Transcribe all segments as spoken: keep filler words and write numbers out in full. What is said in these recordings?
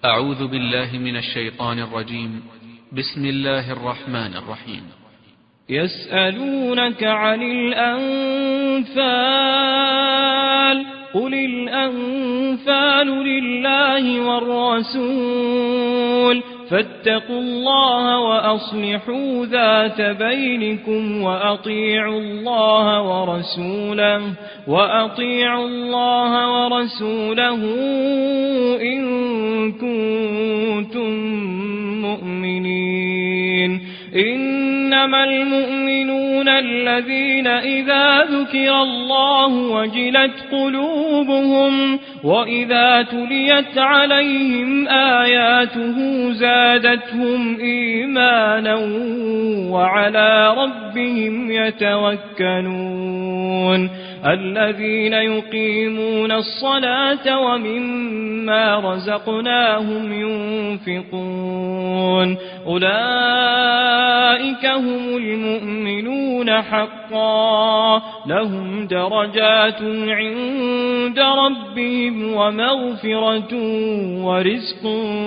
أعوذ بالله من الشيطان الرجيم. بسم الله الرحمن الرحيم. يسألونك عن الأنفال قل الأنفال لله والرسول فاتقوا الله وأصلحوا ذات بينكم وأطيعوا الله ورسوله وأطيعوا الله ورسوله إن كنتم مؤمنين. إنما المؤمنون الذين إذا ذكر الله وجلت قلوبهم وإذا تليت عليهم آياته زادتهم إيمانا وعلى ربهم يتوكلون. الذين يقيمون الصلاة ومما رزقناهم ينفقون أولئك هم المؤمنون حقا لهم درجات عند ربهم ومغفرة ورزق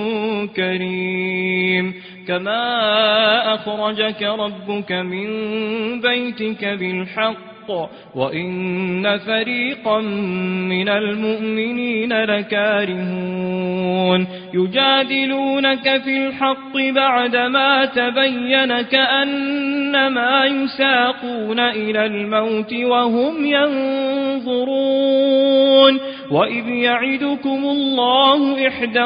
كريم. كما أخرجك ربك من بيتك بالحق وإن فريقا من المؤمنين لكارهون يجادلونك في الحق بعدما تبين كأنما يساقون إلى الموت وهم ينظرون. وإذ يعدكم الله إحدى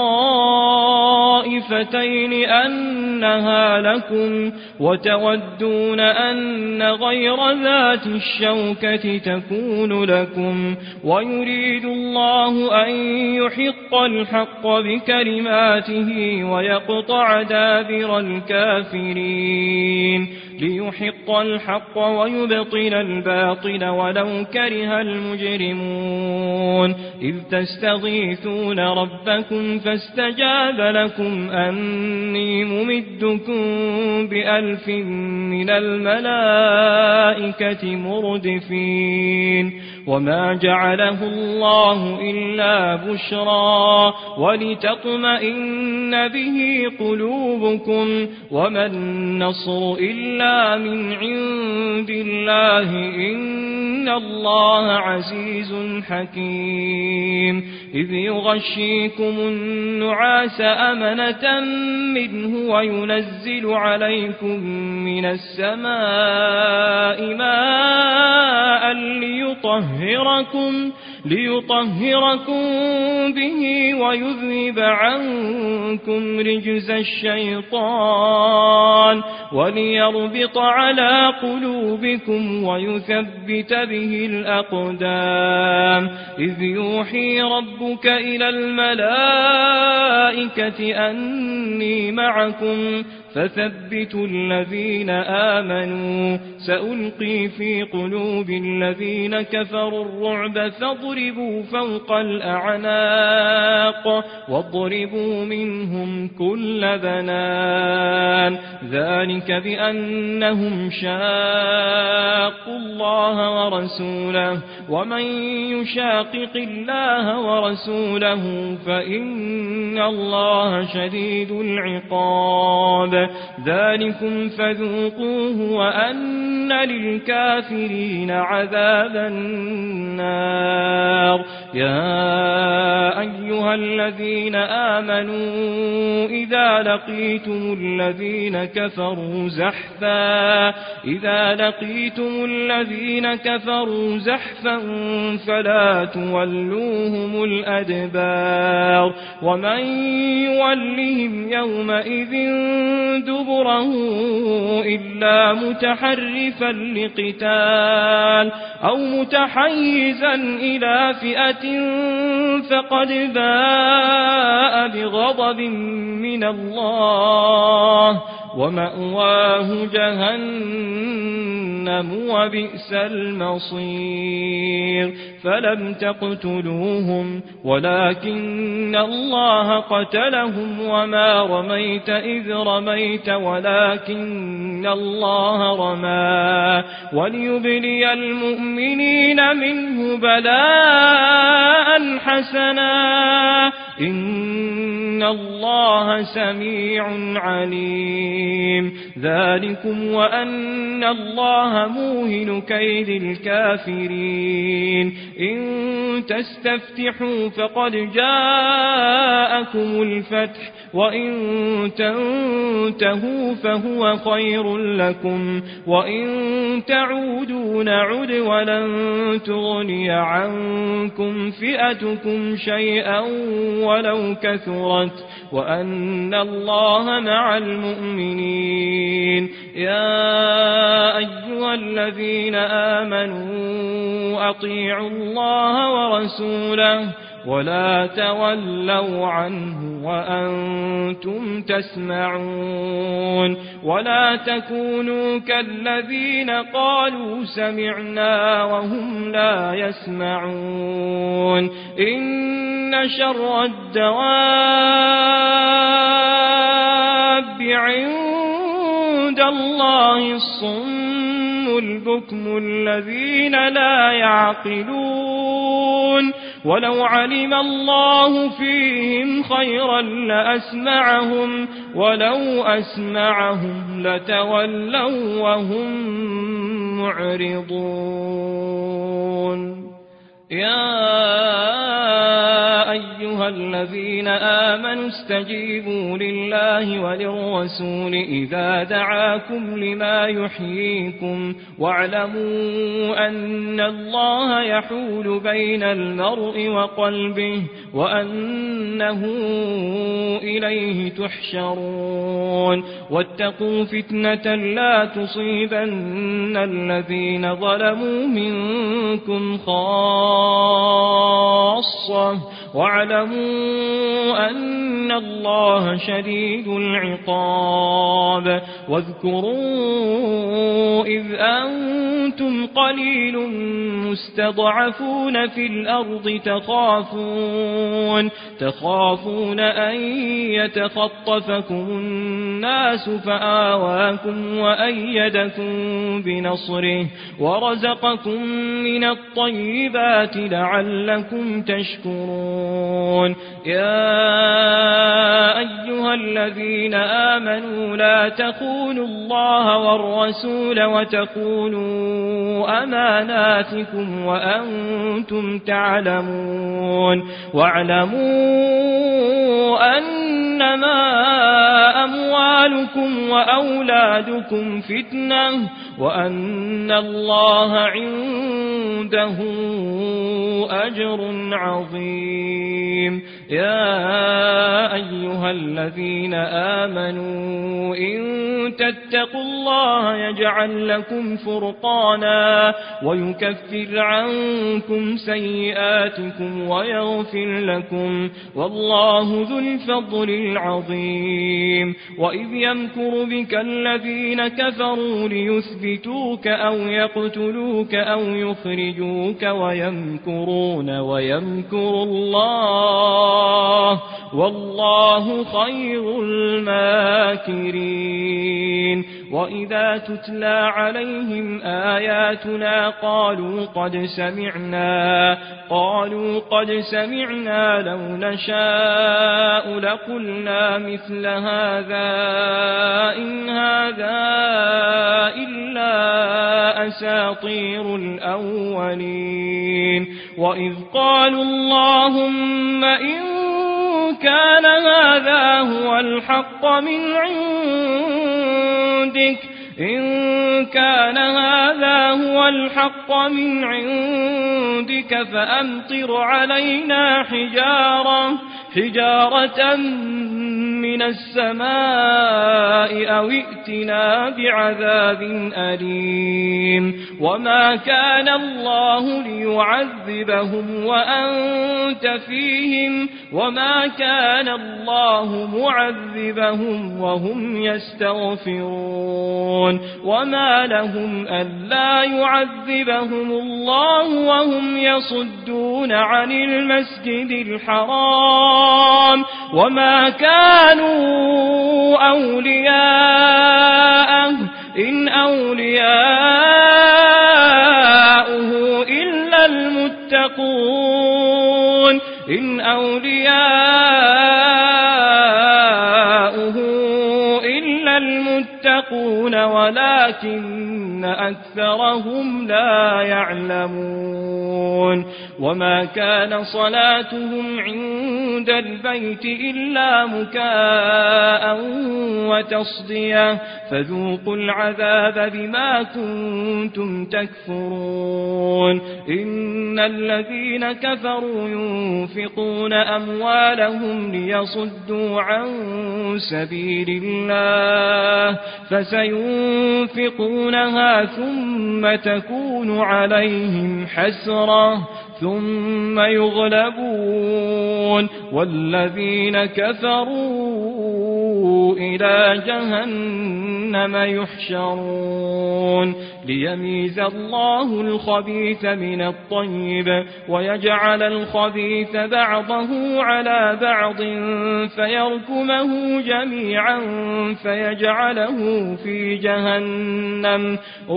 الطائفتين أنها لكم وتودون أن غير ذات الشوكة تكون لكم ويريد الله أن يحق الحق بكلماته ويقطع دابر الكافرين ليحق الحق ويبطل الباطل ولو كره المجرمون. إذ تستغيثون ربكم فاستجاب لكم أني ممدكم بألف من الملائكة مردفين. وما جعله الله إلا بشرى ولتطمئن به قلوبكم وما النصر إلا من عند الله إن الله عزيز حكيم. إذ يغشيكم النعاس أمنة منه وينزل عليكم من السماء ماء ليطهركم ليطهركم به ويذهب عنكم رجز الشيطان وليربط على قلوبكم ويثبت به الأقدام. إذ يوحي ربك إلى الملائكة أني معكم فثبتوا الذين آمنوا سألقي في قلوب الذين كفروا الرعب فاضربوا فوق الأعناق واضربوا منهم كل بنان. ذلك بأنهم شاقوا الله ورسوله ومن يشاقق الله ورسوله فإن الله شديد العقاب. ذلكم فذوقوه وأن للكافرين عذاب النار. يا أيها الذين آمنوا إذا لقيتم الذين كفروا زحفا إذا لقيتم الذين كفروا زحفا فلا تولوهم الأدبار. ومن يولهم يومئذ دبره إلا متحرفا لقتال أو متحيزا إلى فئة فقد باء بغضب من الله ومأواه جهنم وبئس المصير. فلم تقتلوهم ولكن الله قتلهم وما رميت إذ رميت ولكن الله رمى وليبلي المؤمنين منه بلاء حسنا إن وأن الله سميع عليم. ذلكم وأن الله موهن كيد الكافرين. إن تستفتحوا فقد جاءكم الفتح وإن تنتهوا فهو خير لكم وإن تعودوا نعد ولن تغني عنكم فئتكم شيئا ولو كثرت وأن الله مع المؤمنين. يا أيها الذين آمنوا أطيعوا الله ورسوله ولا تولوا عنه وأنتم تسمعون. ولا تكونوا كالذين قالوا سمعنا وهم لا يسمعون. إن شر الدواب عند الله الصم البكم الذين لا يعقلون. ولو علم الله فيهم خيرا لأسمعهم ولو أسمعهم لتولوا وهم معرضون. يا أيها الذين آمنوا استجيبوا لله وللرسول إذا دعاكم لما يحييكم واعلموا أن الله يحول بين المرء وقلبه وأنه إليه تحشرون. واتقوا فتنة لا تصيبن الذين ظلموا منكم خاصة واعلموا أن الله شديد العقاب. واذكروا إذ أنتم قليل مستضعفون في الأرض تخافون تخافون أن يتخطفكم الناس فآواكم وأيدكم بنصره ورزقكم من الطيبات لعلكم تشكرون. يا أيها الذين آمنوا لا تخونوا الله والرسول وتخونوا أماناتكم وأنتم تعلمون. واعلموا أنما أموالكم وأولادكم فتنة وأن الله عنده أجر عظيم. يا أيها الذين آمنوا إن تتقوا الله يجعل لكم فرقانا ويكفر عنكم سيئاتكم ويغفر لكم والله ذو الفضل العظيم. وإذ يمكر بك الذين كفروا ليثبتوك أو يقتلوك أو يخرجوك ويمكرون ويمكر الله والله خير الماكرين. وإذا تتلى عليهم آياتنا قالوا قد سمعنا قالوا قد سمعنا لو نشاء لقلنا مثل هذا إن هذا إلا أساطير الأولين. وإذ قالوا اللهم إن كان هذا هو الحق من عندك إن كان هذا هو الحق من عندك فأمطر علينا حجارة حجارة من السماء أو ائتنا بعذاب أليم. وما كان الله ليعذبهم وأنت فيهم وما كان الله معذبهم وهم يستغفرون. وما لهم ألا يعذبهم الله وهم يصدون عن المسجد الحرام وما كانوا أولياءه إن أولياؤه إلا المتقون إن أولياؤه يتقون ولكن أكثرهم لا يعلمون وما كان صلاتهم عند البيت إلا مكاء وتصدية فذوقوا العذاب بما كنتم تكفرون إن الذين كفروا ينفقون أموالهم ليصدوا عن سبيل الله فسينفقونها ثم تكون عليهم حسرة ثم يغلبون والذين كفروا إلى جهنم يحشرون ليميز الله الخبيث من الطيب ويجعل الخبيث بعضه على بعض فيركمه جميعا فيجعله في جهنم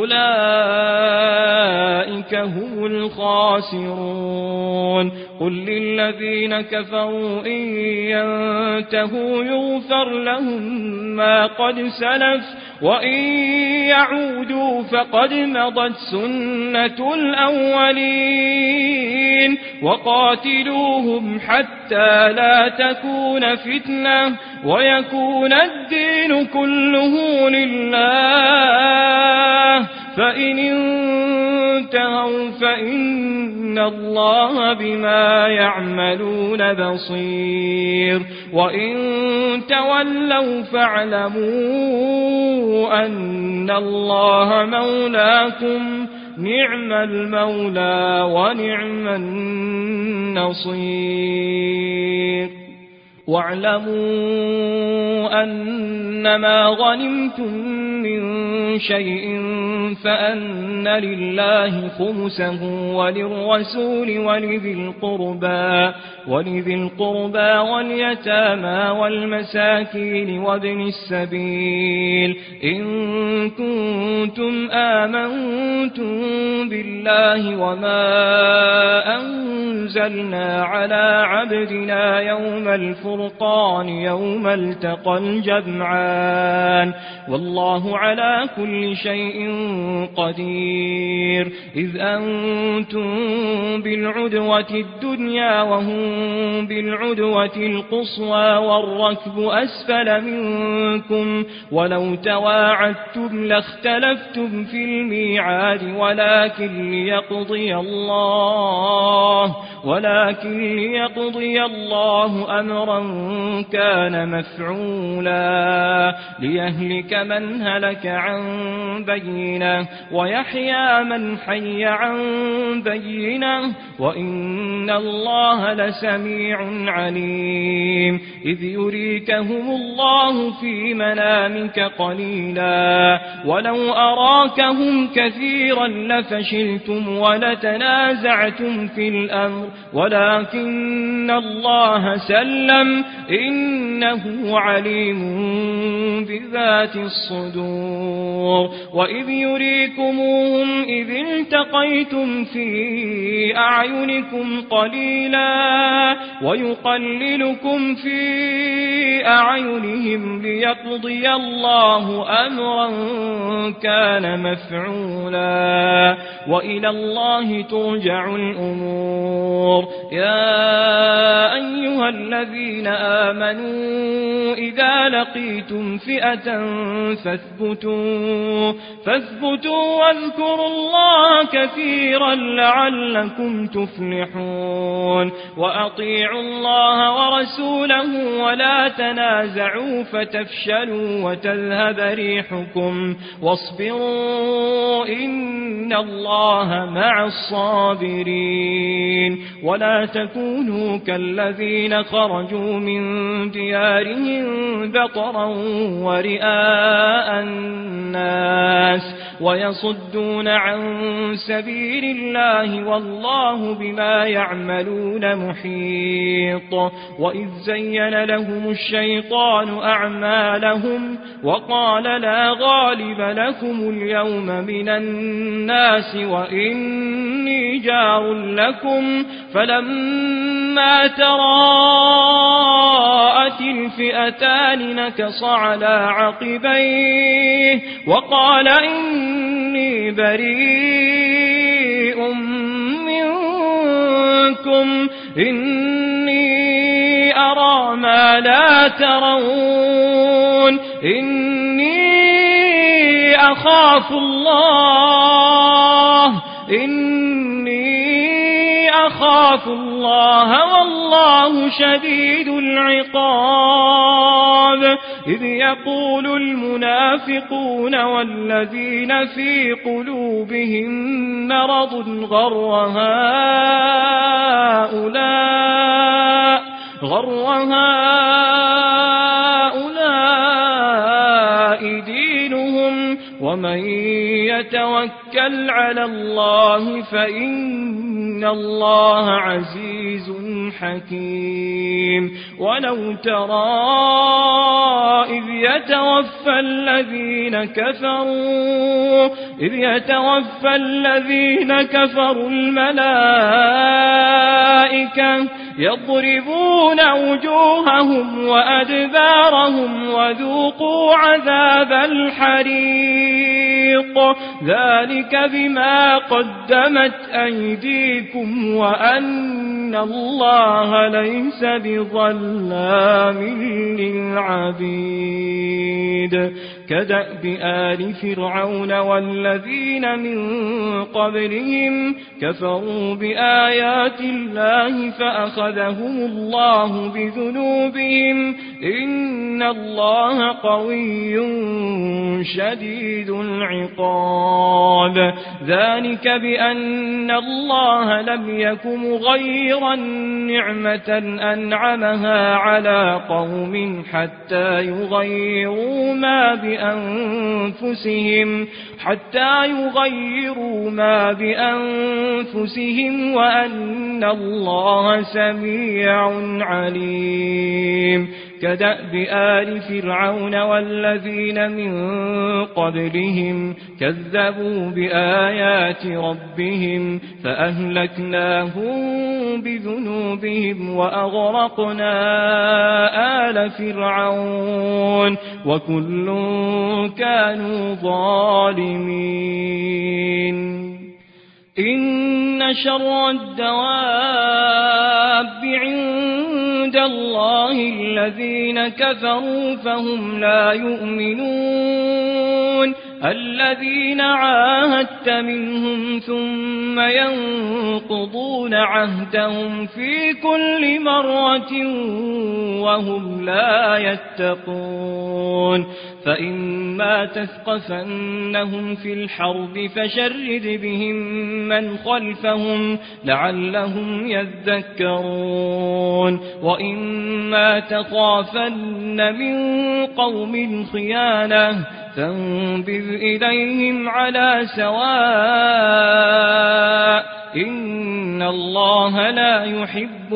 أولئك هم الخاسرون قل للذين كفروا إن ينتهوا يغفر لهم ما قد سلف وإن يعودوا فقد مضت سنة الأولين وقاتلوهم حتى لا تكون فتنة ويكون الدين كله لله فإن انتهوا فإن الله بما يعملون بصير وإن تولوا فاعلموا أن الله مولاكم نعم المولى ونعم النصير واعلموا أنما غنمتم من شيء فأن لله خمسه وللرسول ولذي القربى ولذي القربى واليتامى والمساكين وابن السبيل إن كنتم آمنتم بالله وما أنزلنا على عبدنا يوم الفرقان يوم التقى الجمعان والله على كل شيء قدير إذ أنتم بالعدوة الدنيا وهم بالعدوة القصوى والركب أسفل منكم ولو تواعدتم لاختلفتم في الميعاد ولكن ليقضي الله ولكن ليقضي الله أمرا كان مفعولا ليهلك من هلك عن بينه ويحيى من حي عن بينه وإن الله لسميع عليم إذ يريكهم الله في منامك قليلا ولو أراكهم كثيرا لفشلتم ولتنازعتم في الأمر ولكن الله سلم إنه عليم بذات الصدور وإذ يريكموهم إذ التقيتم في أعينكم قليلا ويقللكم في أعينهم ليقضي الله أمرا كان مفعولا وإلى الله ترجع الأمور يا أيها الذين آمنوا إذا لقيتم فئة فاثبتوا فاثبتوا واذكروا الله كثيرا لعلكم تفلحون وأطيعوا الله ورسوله ولا تنازعوا فتفشلوا وتذهب ريحكم واصبروا إن الله مع الصابرين ولا تكونوا كالذين خرجوا من ديارهم بطرا ورئاء الناس ويصدون عن سبيل الله والله بما يعملون محيط وإذ زين لهم الشيطان أعمالهم وقال لا غالب لكم اليوم من الناس وإني جار لكم فلما تراءت الفئتان فئتان نكص على عقبيه وقال إني بريء منكم إني أرى ما لا ترون إني أخاف الله إني أخاف الله والله شديد العقاب إذ يقول المنافقون والذين في قلوبهم مرض غر هؤلاء غر هؤلاء دينهم ومن يتوكل على الله فإن الله عزيز حكيم ولو ترى إذ يتوفى الذين كفروا إذ يتوفى الذين كفروا الملائكة يضربون وجوههم وأدبارهم وذوقوا عذاب الحريق ذلك بما قدمت أيديكم وأن الله ليس بظلام للعبيد كدأب آل فرعون والذين من قبلهم كفروا بآيات الله فأخذهم الله بذنوبهم إن الله قوي شديد العقاب ذلك بأن الله لم يك مغيرا نعمة أنعمها على قوم حتى يغيروا ما بأنفسهم حتى يغيروا ما بأنفسهم وأن الله سميع عليم كدأب آل فرعون والذين من قبلهم كذبوا بآيات ربهم فأهلكناهم بذنوبهم وأغرقنا آل فرعون وكل كانوا ظالمين إن شر الدواب عند الله الذين كفروا فهم لا يؤمنون الذين عاهدت منهم ثم ينقضون عهدهم في كل مرة وهم لا يتقون فإما تثقفنهم في الحرب فشرد بهم من خلفهم لعلهم يذكرون وإما تخافن من قوم خيانة فانبذ إليهم على سواء إن الله لا يحب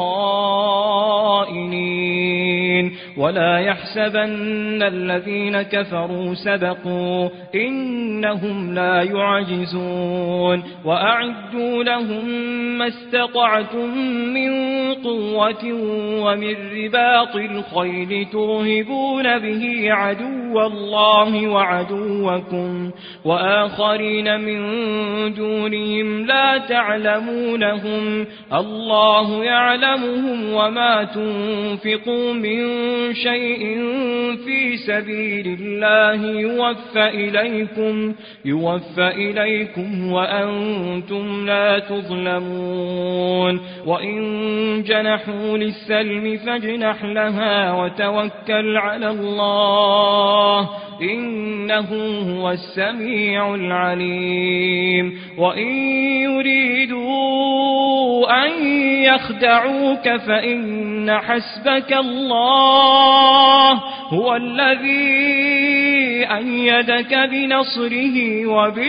الخائنين ولا يحسبن الذين كفروا سبقوا إنهم لا يعجزون وأعدوا لهم ما استطعتم من قوة ومن رباط الخيل ترهبون به عدو الله وعدوكم وآخرين من دونهم لا تعلمونهم الله يعلمهم وما تنفقوا من شيء في سبيل الله يوفى إليكم يوفى إليكم وأنتم لا تظلمون وإن جنحوا للسلم فاجنح لها وتوكل على الله إنه هو السميع العليم وإن يريدوا أن يخدعوك فإن حسبك الله هو الذي أيدك بنصره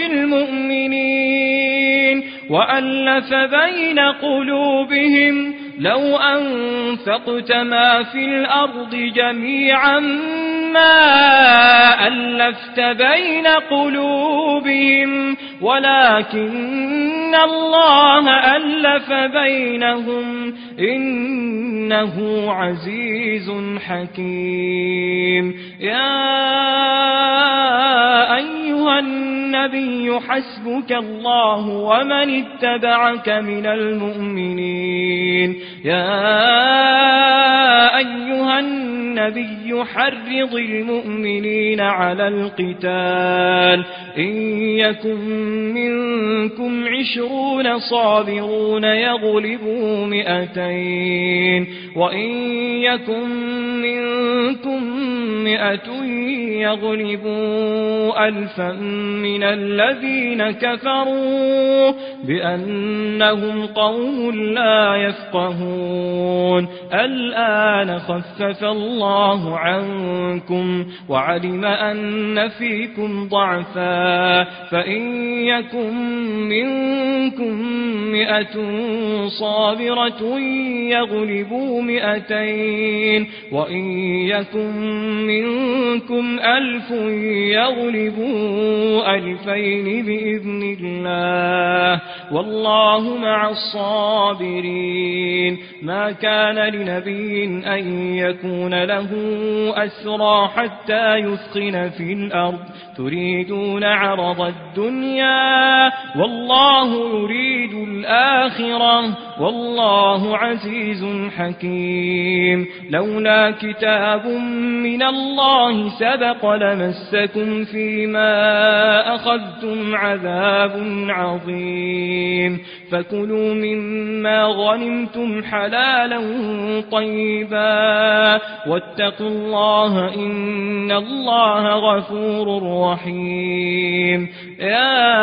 وبالمؤمنين وألف بين قلوبهم لو أنفقت ما في الأرض جميعا ما ألفت بين قلوبهم ولكن الله ألف بينهم إن إنه عزيز حكيم. يا أيها النبي حسبك الله ومن اتبعك من المؤمنين. يا أيها النبي حرض المؤمنين على القتال إن يكن منكم عشرون صابرون يغلبوا مئتين وإن يكن منكم مئة يغلبوا ألفا من الذين كفروا بأنهم قوم لا يفقهون. الآن خفف الله عنكم وعلم أن فيكم ضعفا فإن يكن منكم مئة صابرة يغلبوا مئتين وإن يكن منكم ألف يغلبوا ألفين بإذن الله والله مع الصابرين. ما كان لنبي أن يكون له أسرى حتى يثخن في الأرض تريدون عرض الدنيا والله يريد الآخرة والله عزيز حكيم. لولا كتاب من الله سبق لمسكم فيما أخذتم عذاب عظيم. فكلوا مما غنمتم حلالا طيبا واتقوا الله إن الله غفور رحيم. يا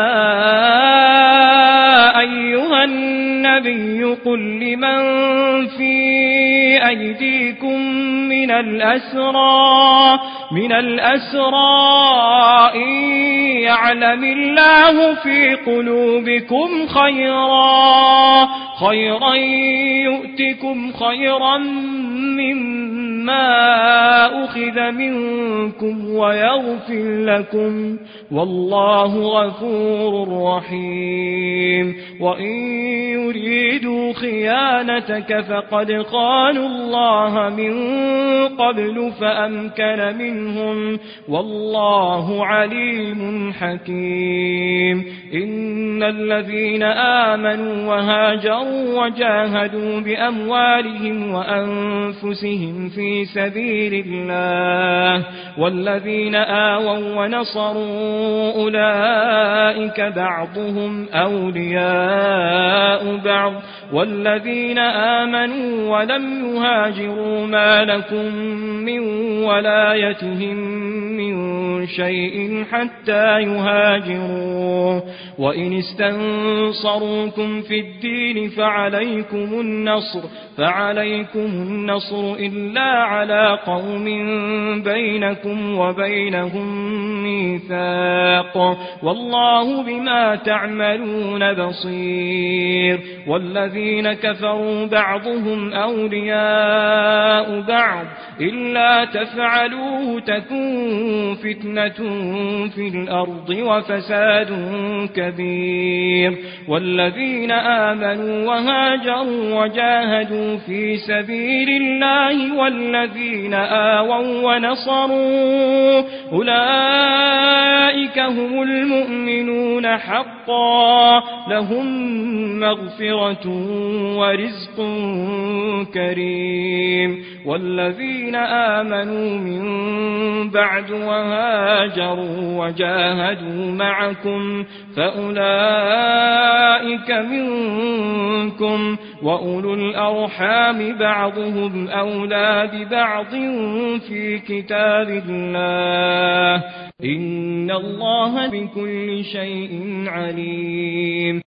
أيها النبي قل لمن في أيديكم من الأسرى من الأسرى إن يعلم الله في قلوبكم خيرا خيرا يؤتكم خيرا مما أخذ منكم ويغفر لكم والله غفور رحيم. وإن يريدوا خيانتك فقد خانوا الله من قبل فأمكن منهم والله عليم حكيم. إن الذين آمنوا وهاجروا وجاهدوا بأموالهم وأنفسهم في سبيل الله والذين آووا ونصروا أولئك بعضهم أولياء بعض والذين آمنوا ولم يهاجروا ما لكم من ولايتهم من شيء حتى يهاجروا وإن استنصروكم في الدين فعليكم النصر فعليكم النصر إلا على قوم بينكم وبينهم ميثاق والله بما تعملون بصير. والذين كفروا بعضهم أولياء بعض إلا تفعلوه تكون فتنة في الأرض وفساد كبير. والذين آمنوا وهاجروا وجاهدوا في سبيل الله والذين آووا ونصروا أولئك هم المؤمنون حقا لهم مغفرة ورزق كريم. والذين آمنوا من بعد وهاجروا وجاهدوا معكم فأولئك منكم وأولو الأرحام بعضهم أولى ببعض في كتاب الله إن الله بكل شيء عليم.